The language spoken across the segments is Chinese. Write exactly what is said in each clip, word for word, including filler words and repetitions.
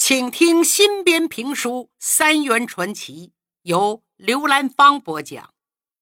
请听新编评书《三元传奇》，由刘兰芳播讲。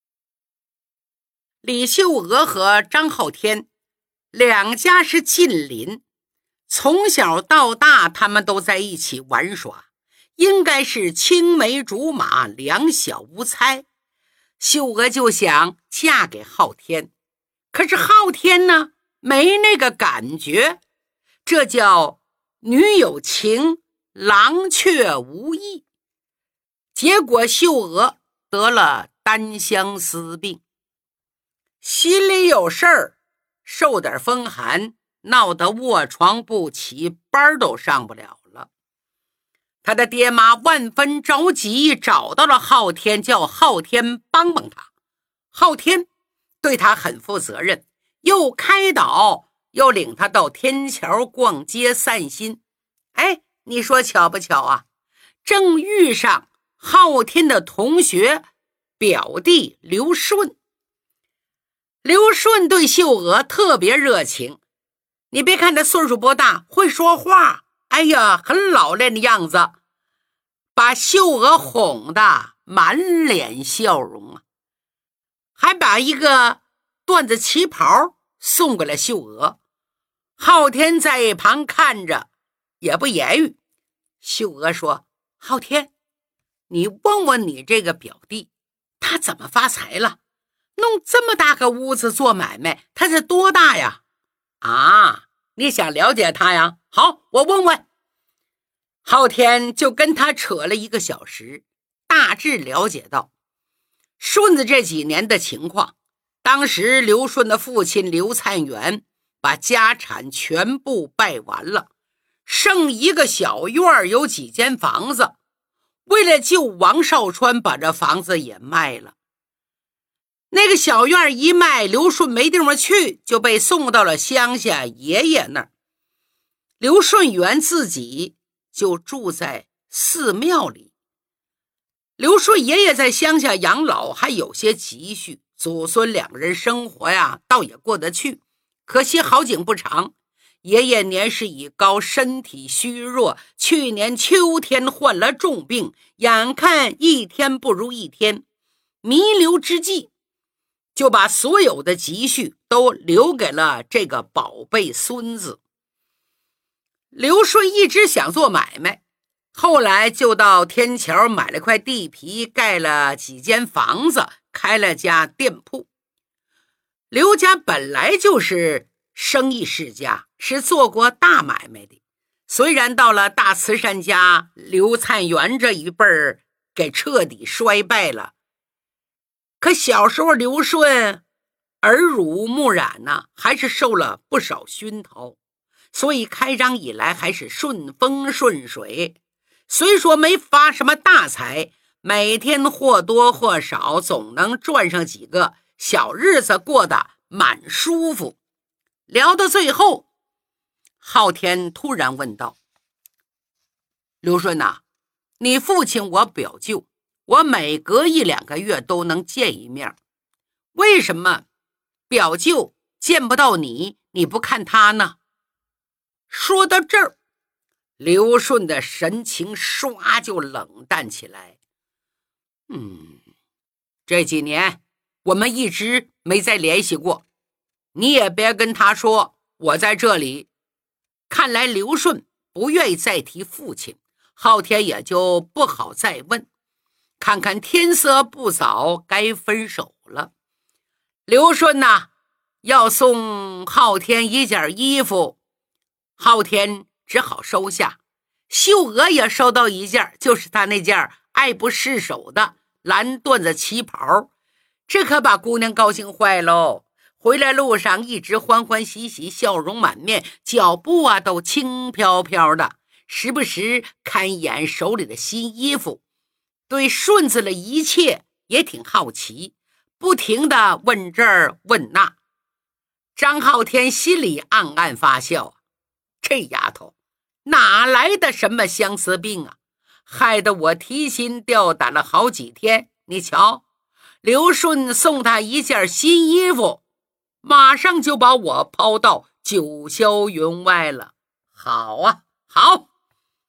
李秀娥和张浩天两家是近邻，从小到大他们都在一起玩耍，应该是青梅竹马，两小无猜。秀娥就想嫁给浩天，可是浩天呢，没那个感觉，这叫女有情，郎却无意。结果秀娥得了单相思病，心里有事儿，受点风寒，闹得卧床不起，班都上不了了。他的爹妈万分着急，找到了浩天，叫浩天帮帮他。浩天对他很负责任，又开导，又领他到天桥逛街散心。哎，你说巧不巧啊？正遇上浩天的同学表弟刘顺。刘顺对秀娥特别热情，你别看他岁数不大，会说话，哎呀，很老练的样子，把秀娥哄得满脸笑容啊，还把一个缎子旗袍送给了秀娥。浩天在一旁看着也不言语。秀娥说，浩天，你问问你这个表弟，他怎么发财了？弄这么大个屋子做买卖，他是多大呀？啊，你想了解他呀？好，我问问。浩天就跟他扯了一个小时，大致了解到顺子这几年的情况。当时刘顺的父亲刘灿元把家产全部败完了，剩一个小院，有几间房子，为了救王少川，把这房子也卖了。那个小院一卖，刘顺没地方去，就被送到了乡下爷爷那儿。刘顺元自己就住在寺庙里。刘顺爷爷在乡下养老，还有些积蓄，祖孙两个人生活呀，倒也过得去。可惜好景不长，爷爷年事已高，身体虚弱，去年秋天患了重病，眼看一天不如一天，弥留之际，就把所有的积蓄都留给了这个宝贝孙子。刘顺一直想做买卖，后来就到天桥买了块地皮，盖了几间房子，开了家店铺。刘家本来就是生意世家，是做过大买卖的，虽然到了大慈善家刘灿元这一辈儿给彻底衰败了，可小时候刘顺耳濡目染呢、啊，还是受了不少熏陶，所以开张以来还是顺风顺水。虽说没发什么大财，每天或多或少总能赚上几个，小日子过得蛮舒服。聊到最后，浩天突然问道，刘顺呐、啊，你父亲我表舅，我每隔一两个月都能见一面，为什么表舅见不到你，你不看他呢？说到这儿，刘顺的神情唰就冷淡起来。嗯，这几年我们一直没再联系过，你也别跟他说我在这里。看来刘顺不愿意再提父亲，浩天也就不好再问。看看天色不早，该分手了。刘顺呐，要送浩天一件衣服，浩天只好收下。秀娥也收到一件，就是他那件爱不释手的蓝缎子旗袍，这可把姑娘高兴坏喽。回来路上一直欢欢喜喜，笑容满面，脚步啊都轻飘飘的，时不时看一眼手里的新衣服，对顺子的一切也挺好奇，不停地问这儿问那。张浩天心里暗暗发笑，这丫头哪来的什么相思病啊，害得我提心吊胆了好几天。你瞧，刘顺送他一件新衣服，马上就把我抛到九霄云外了。好啊，好，又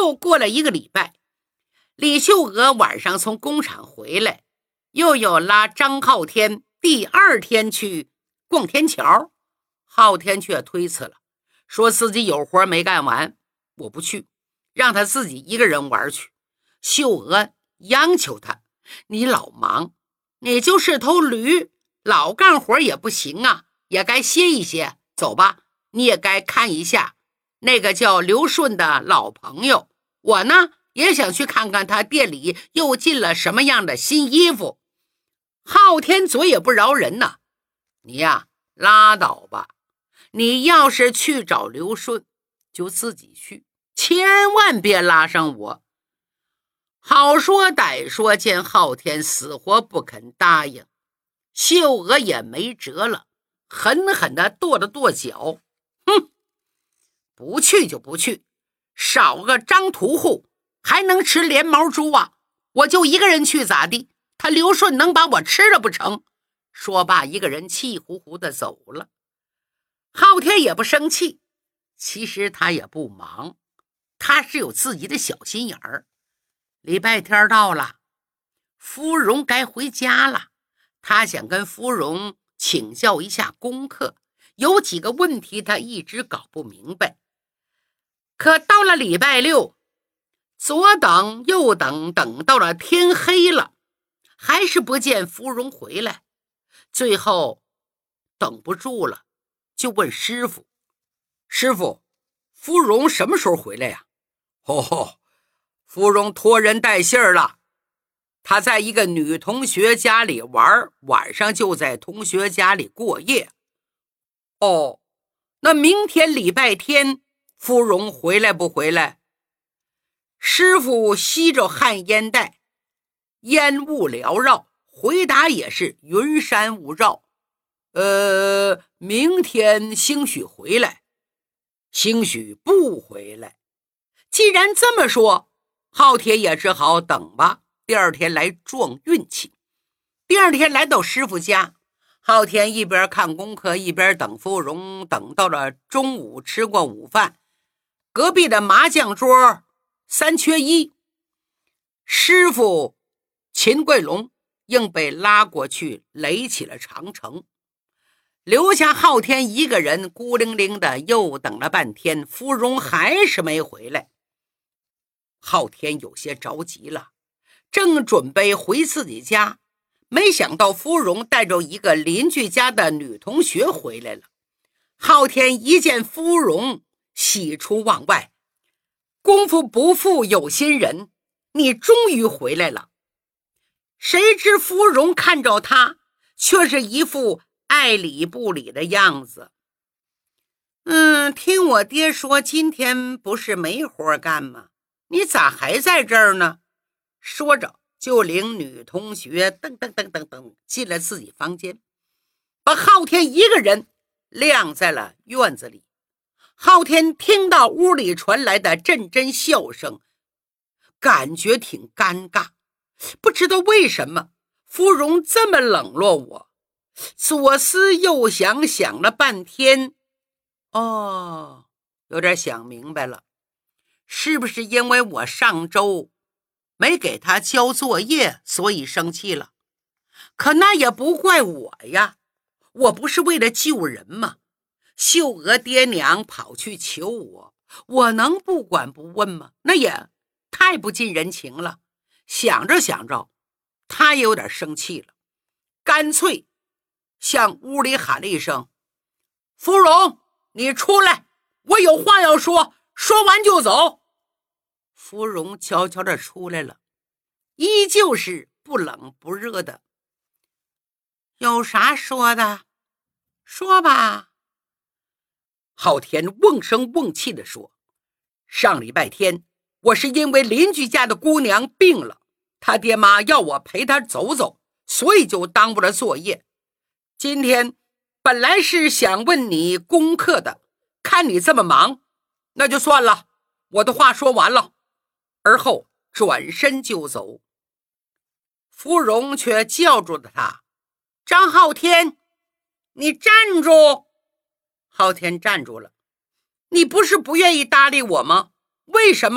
又过了一个礼拜，李秀娥晚上从工厂回来，又有拉张浩天第二天去逛天桥。浩天却推辞了，说自己有活没干完，我不去，让他自己一个人玩去。秀娥央求他，你老忙，你就是头驴，老干活也不行啊，也该歇一歇，走吧，你也该看一下那个叫刘顺的老朋友，我呢也想去看看他店里又进了什么样的新衣服。浩天嘴也不饶人呐，你呀拉倒吧，你要是去找刘顺就自己去，千万别拉上我。好说歹说，见浩天死活不肯答应，秀娥也没辙了，狠狠地跺了跺脚，哼，不去就不去，少个张屠户还能吃连毛猪啊？我就一个人去咋地？他刘顺能把我吃了不成？说罢，一个人气呼呼地走了。浩天也不生气，其实他也不忙，他是有自己的小心眼儿。礼拜天到了，芙蓉该回家了，他想跟芙蓉请教一下功课，有几个问题他一直搞不明白。可到了礼拜六，左等右等，等到了天黑了，还是不见芙蓉回来。最后等不住了，就问师傅，师傅，芙蓉什么时候回来呀？哦吼，芙蓉托人带信儿了，她在一个女同学家里玩，晚上就在同学家里过夜。哦，那明天礼拜天芙蓉回来不回来？师傅吸着旱烟袋，烟雾缭绕，回答也是云山雾绕。呃，明天兴许回来，兴许不回来。既然这么说，浩天也只好等吧，第二天来撞运气。第二天来到师傅家，浩天一边看功课一边等芙蓉，等到了中午吃过午饭，隔壁的麻将桌三缺一，师傅秦桂龙硬被拉过去垒起了长城，留下浩天一个人孤零零的，又等了半天，芙蓉还是没回来。浩天有些着急了，正准备回自己家，没想到芙蓉带着一个邻居家的女同学回来了。浩天一见芙蓉，喜出望外，功夫不负有心人，你终于回来了。谁知芙蓉看着他，却是一副爱理不理的样子。嗯，听我爹说今天不是没活干吗？你咋还在这儿呢？说着就领女同学噔噔噔噔噔进了自己房间，把浩天一个人晾在了院子里。浩天听到屋里传来的阵阵笑声，感觉挺尴尬，不知道为什么芙蓉这么冷落我。左思右想，想了半天，哦，有点想明白了，是不是因为我上周没给他交作业，所以生气了？可那也不怪我呀，我不是为了救人吗？秀娥爹娘跑去求我，我能不管不问吗？那也太不近人情了。想着想着，他也有点生气了，干脆向屋里喊了一声，芙蓉，你出来，我有话要说，说完就走。芙蓉悄悄地出来了，依旧是不冷不热的。有啥说的？说吧。浩天瓮声瓮气地说，上礼拜天我是因为邻居家的姑娘病了，他爹妈要我陪她走走，所以就耽误了作业。今天本来是想问你功课的，看你这么忙，那就算了，我的话说完了。而后转身就走。芙蓉却叫住了他，张浩天，你站住！浩天站住了，你不是不愿意搭理我吗？为什么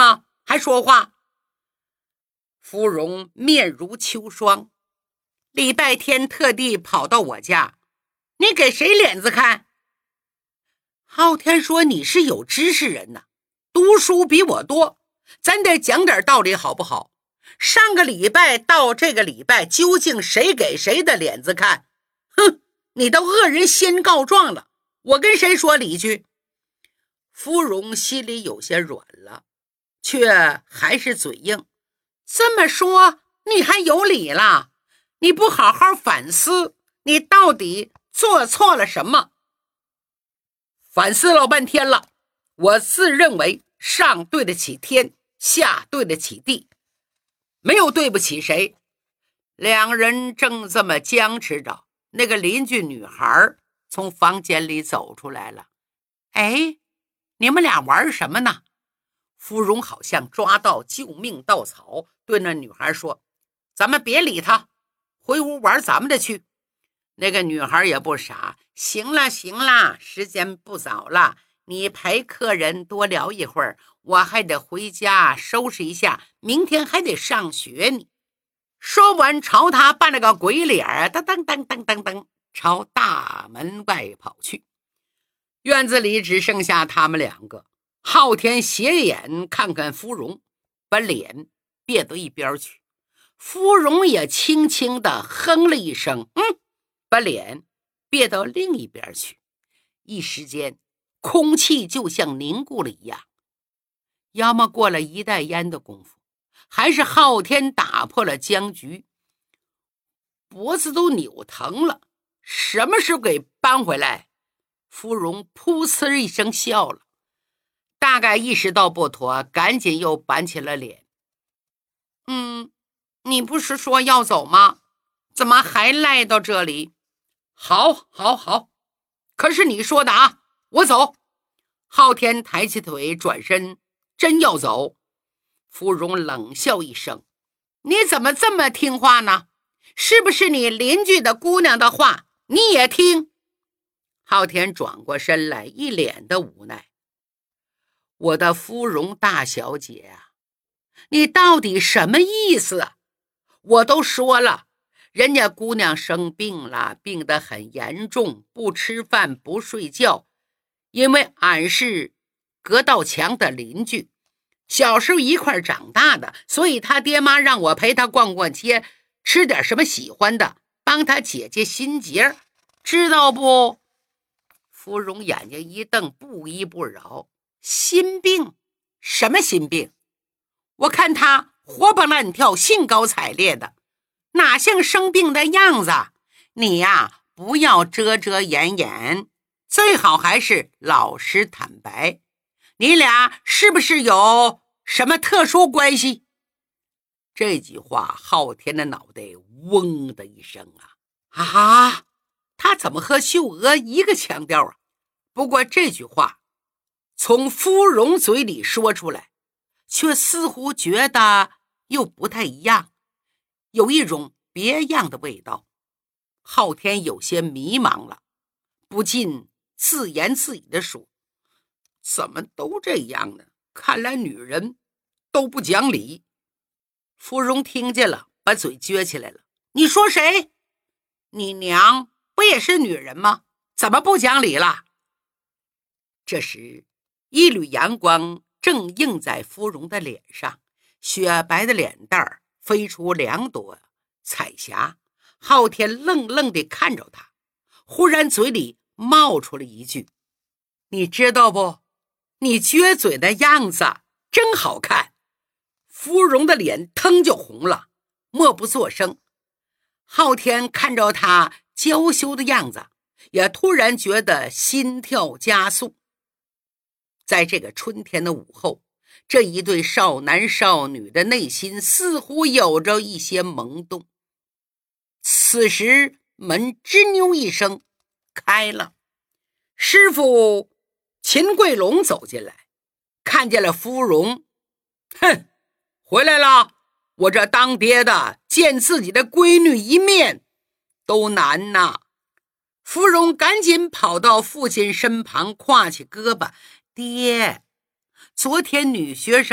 还说话？芙蓉面如秋霜，礼拜天特地跑到我家，你给谁脸子看？昊天说，你是有知识人呐，读书比我多，咱得讲点道理好不好？上个礼拜到这个礼拜，究竟谁给谁的脸子看？哼，你都恶人先告状了，我跟谁说理去？芙蓉心里有些软了，却还是嘴硬。这么说你还有理了？你不好好反思，你到底做错了什么？反思老半天了，我自认为上对得起天，下对得起地，没有对不起谁。两人正这么僵持着，那个邻居女孩从房间里走出来了。哎，你们俩玩什么呢？芙蓉好像抓到救命稻草，对那女孩说，咱们别理他，回屋玩咱们的去。那个女孩也不傻，行了行了，时间不早了，你陪客人多聊一会儿，我还得回家收拾一下，明天还得上学呢。说完朝他扮了个鬼脸，噔噔噔噔噔噔，朝大门外跑去。院子里只剩下他们两个，昊天斜眼看看芙蓉，把脸别到一边去。芙蓉也轻轻地哼了一声，嗯，把脸别到另一边去。一时间空气就像凝固了一样。要么过了一袋烟的功夫，还是昊天打破了僵局。脖子都扭疼了，什么时候给搬回来？芙蓉噗呲一声笑了，大概意识到不妥，赶紧又板起了脸。嗯，你不是说要走吗？怎么还赖到这里？好好好，可是你说的啊，我走。昊天抬起腿转身真要走。芙蓉冷笑一声，你怎么这么听话呢？是不是你邻居的姑娘的话你也听？昊天转过身来，一脸的无奈。我的芙蓉大小姐啊，你到底什么意思啊？我都说了，人家姑娘生病了，病得很严重，不吃饭不睡觉，因为俺是隔道墙的邻居，小时候一块长大的，所以他爹妈让我陪他逛逛街，吃点什么喜欢的，帮他解解心结，知道不？芙蓉眼睛一瞪，不依不饶。心病？什么心病？我看他活蹦乱跳，兴高采烈的，哪像生病的样子？你呀，不要遮遮掩掩，最好还是老实坦白。你俩是不是有什么特殊关系？这句话，昊天的脑袋嗡的一声啊！啊，他怎么和秀娥一个腔调啊？不过这句话从芙蓉嘴里说出来，却似乎觉得又不太一样，有一种别样的味道。昊天有些迷茫了，不禁自言自语地说，怎么都这样呢？看来女人都不讲理。芙蓉听见了，把嘴撅起来了。你说谁？你娘不也是女人吗？怎么不讲理了？这时一缕阳光正映在芙蓉的脸上，雪白的脸蛋儿飞出两朵彩霞。昊天愣愣地看着他，忽然嘴里冒出了一句，你知道不，你撅嘴的样子真好看。芙蓉的脸腾就红了，默不作声。昊天看着他娇羞的样子，也突然觉得心跳加速。在这个春天的午后，这一对少男少女的内心似乎有着一些萌动。此时门吱扭一声开了，师傅秦桂龙走进来，看见了芙蓉，哼，回来了。我这当爹的见自己的闺女一面都难呐。芙蓉赶紧跑到父亲身旁，挎起胳膊，爹，昨天女学生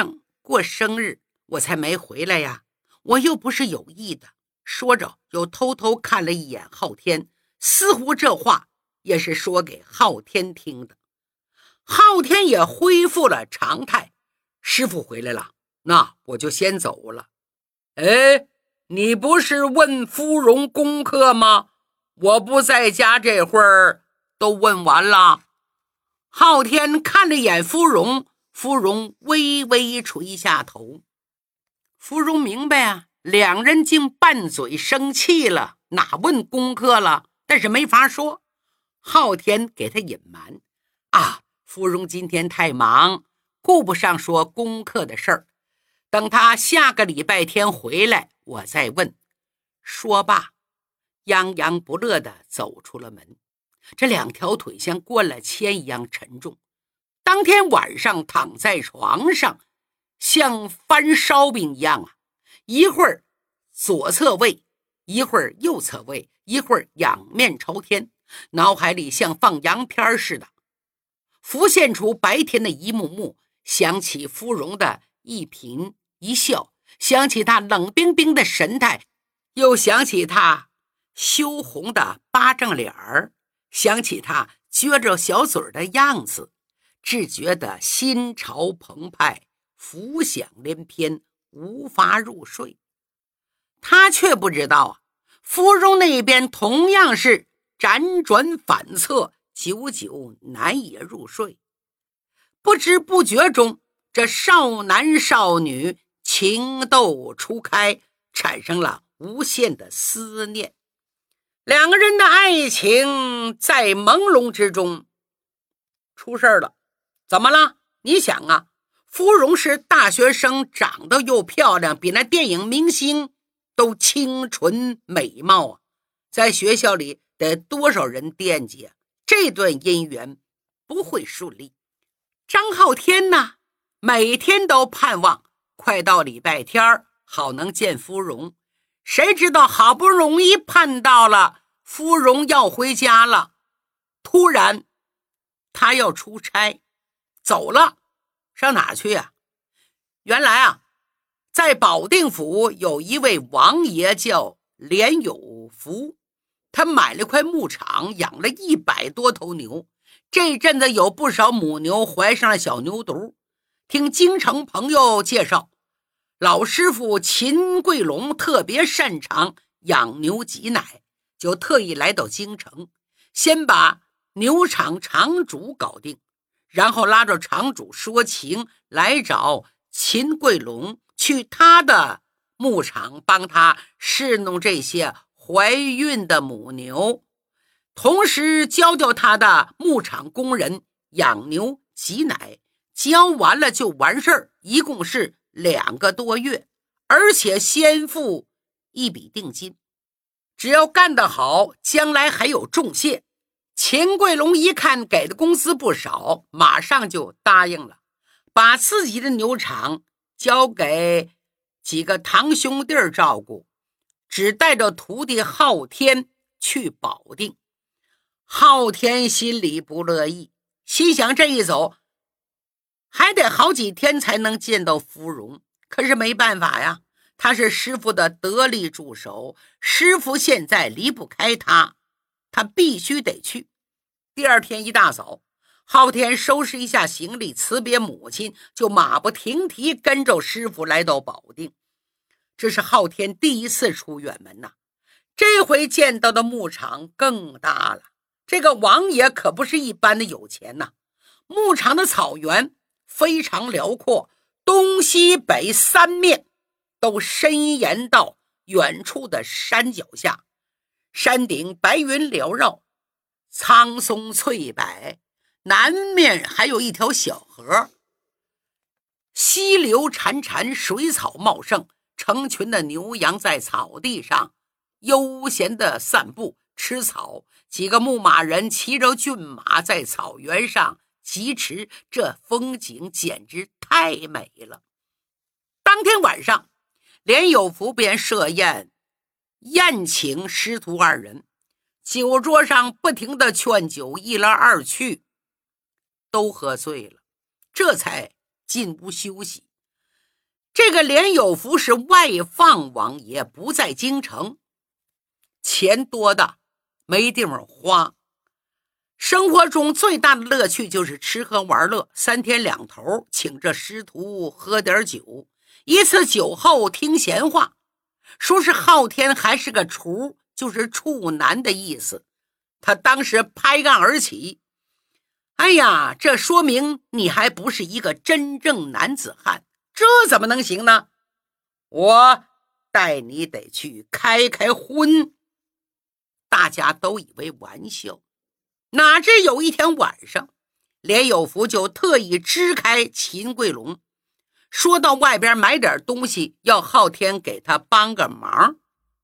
过生日我才没回来呀，我又不是有意的。说着又偷偷看了一眼昊天，似乎这话也是说给昊天听的。昊天也恢复了常态，师父回来了，那我就先走了。哎，你不是问芙蓉功课吗？我不在家这会儿都问完了。昊天看了眼芙蓉，芙蓉微微垂下头。芙蓉明白啊，两人竟拌嘴生气了，哪问功课了？但是没法说。昊天给他隐瞒啊，芙蓉今天太忙，顾不上说功课的事儿，等他下个礼拜天回来我再问。说罢洋洋不乐地走出了门，这两条腿像灌了铅一样沉重。当天晚上躺在床上像翻烧饼一样啊，一会儿左侧胃，一会儿右侧胃，一会儿仰面朝天，脑海里像放洋片似的浮现出白天的一幕幕，想起芙蓉的一颦一笑，想起他冷冰冰的神态，又想起他羞红的巴掌脸儿，想起他撅着小嘴的样子，只觉得心潮澎湃，浮想联翩，无法入睡。他却不知道啊，芙蓉那边同样是辗转反侧，久久难以入睡。不知不觉中，这少男少女情窦初开，产生了无限的思念。两个人的爱情在朦胧之中出事了。怎么了？你想啊，芙蓉是大学生，长得又漂亮，比那电影明星都清纯美貌啊，在学校里得多少人惦记啊，这段姻缘不会顺利。张昊天呢，每天都盼望快到礼拜天好能见芙蓉，谁知道好不容易盼到了，芙蓉要回家了，突然他要出差走了。上哪去啊？原来啊，在保定府有一位王爷叫连有福，他买了块牧场，养了一百多头牛。这阵子有不少母牛怀上了小牛犊。听京城朋友介绍，老师傅秦桂龙特别擅长养牛挤奶，就特意来到京城，先把牛场场主搞定，然后拉着场主说情，来找秦桂龙去他的牧场帮他侍弄这些怀孕的母牛，同时教教他的牧场工人养牛挤奶，教完了就完事儿，一共是两个多月，而且先付一笔定金，只要干得好，将来还有重谢。秦桂龙一看给的工资不少，马上就答应了，把自己的牛场交给几个堂兄弟照顾，只带着徒弟昊天去保定。昊天心里不乐意，心想这一走还得好几天才能见到芙蓉，可是没办法呀，他是师父的得力助手，师父现在离不开他，他必须得去。第二天一大早，昊天收拾一下行李，辞别母亲，就马不停蹄跟着师父来到保定。这是昊天第一次出远门呐、啊，这回见到的牧场更大了。这个王爷可不是一般的有钱呐、啊，牧场的草原非常辽阔，东西北三面都伸延到远处的山脚下，山顶白云缭绕，苍松翠柏，南面还有一条小河，溪流潺潺，水草茂盛，成群的牛羊在草地上悠闲地散步吃草，几个牧马人骑着骏马在草原上疾驰，这风景简直太美了。当天晚上，连有福便设宴宴请师徒二人，酒桌上不停地劝酒，一来二去都喝醉了，这才进屋休息。 这个连有福是外放王爷，不在京城，钱多的没地方花，生活中最大的乐趣就是吃喝玩乐，三天两头请着师徒喝点酒，一次酒后听闲话。说是昊天还是个厨，就是处男的意思。他当时拍案而起，哎呀，这说明你还不是一个真正男子汉，这怎么能行呢？我带你得去开开荤。大家都以为玩笑，哪知有一天晚上，连有福就特意支开秦桂龙，说到外边买点东西，要昊天给他帮个忙。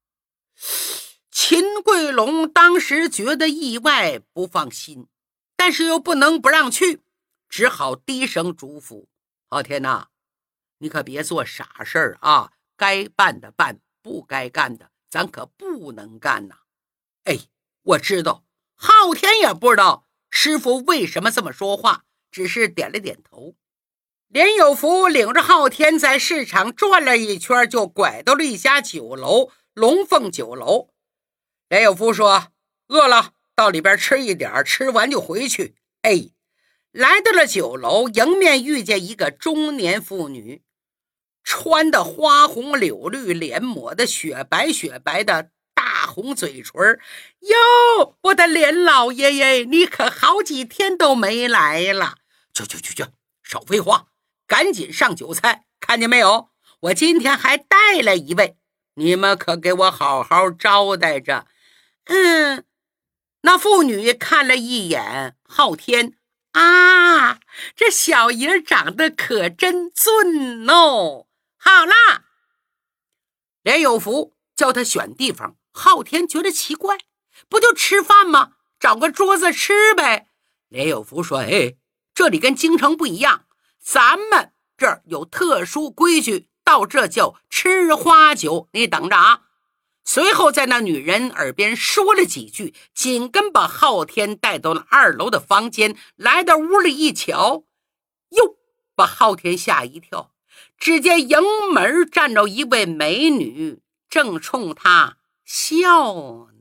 秦桂龙当时觉得意外，不放心，但是又不能不让去，只好低声嘱咐：昊天哪，你可别做傻事儿啊，该办的办，不该干的咱可不能干呐。哎，我知道。昊天也不知道师傅为什么这么说话，只是点了点头。连有福领着昊天在市场转了一圈，就拐到了一家酒楼，龙凤酒楼。连有福说：饿了，到里边吃一点，吃完就回去。哎，来到了酒楼，迎面遇见一个中年妇女，穿的花红柳绿，脸抹的雪白雪白的，大红嘴唇。哟，我的连老爷爷，你可好几天都没来了。去去去去，少废话，赶紧上酒菜，看见没有？我今天还带了一位，你们可给我好好招待着。嗯，那妇女看了一眼昊天，啊，这小爷长得可真俊哦。好啦，连有福叫他选地方，昊天觉得奇怪，不就吃饭吗？找个桌子吃呗。连有福说：哎，这里跟京城不一样，咱们这儿有特殊规矩，到这叫吃花酒，你等着啊。随后在那女人耳边说了几句，紧跟把昊天带到了二楼的房间。来到屋里一瞧，哟，把昊天吓一跳。只见迎门站着一位美女，正冲他笑